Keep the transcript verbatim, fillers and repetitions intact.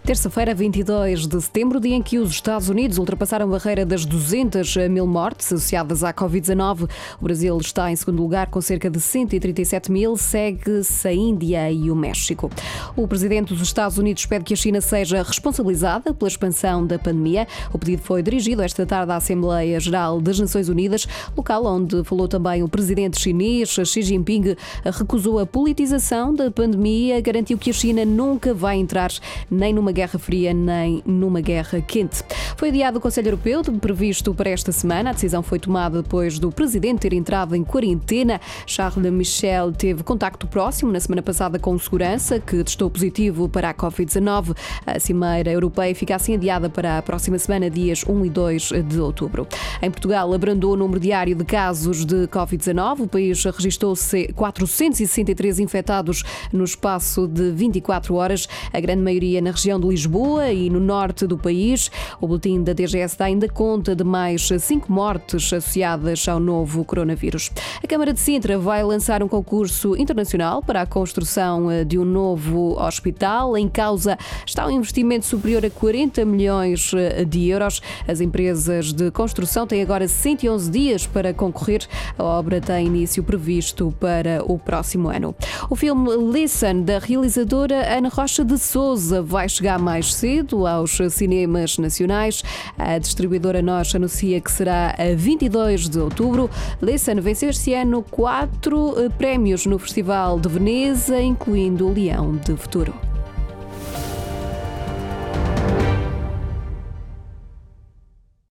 Terça-feira, vinte e dois de setembro, dia em que os Estados Unidos ultrapassaram a barreira das duzentas mil mortes associadas à covid dezanove. O Brasil está em segundo lugar com cerca de cento e trinta e sete mil, segue-se a Índia e o México. O presidente dos Estados Unidos pede que a China seja responsabilizada pela expansão da pandemia. O pedido foi dirigido esta tarde à Assembleia Geral das Nações Unidas, local onde falou também o presidente chinês. Xi Jinping recusou a politização da pandemia, garantiu que a China nunca vai entrar nem numa guerra fria nem numa guerra quente. Foi adiado o Conselho Europeu, previsto para esta semana. A decisão foi tomada depois do presidente ter entrado em quarentena. Charles Michel teve contacto próximo na semana passada com segurança, que testou positivo para a covid dezanove. A Cimeira Europeia fica assim adiada para a próxima semana, dias um e dois de outubro. Em Portugal, abrandou o número diário de casos de covid dezanove. O país registrou-se quatrocentos e sessenta e três infectados no espaço de vinte e quatro horas, a grande maioria na região de Lisboa e no norte do país. O boletim da D G S dá ainda conta de mais cinco mortes associadas ao novo coronavírus. A Câmara de Sintra vai lançar um concurso internacional para a construção de um novo hospital. Em causa está um investimento superior a quarenta milhões de euros. As empresas de construção têm agora cento e onze dias para concorrer. A obra tem início previsto para o próximo ano. O filme Listen, da realizadora Ana Rocha de Souza, vai chegar mais cedo aos cinemas nacionais. A distribuidora Nós anuncia que será a vinte e dois de outubro. Listen venceu este ano quatro prémios no Festival de Veneza, incluindo o Leão de Futuro.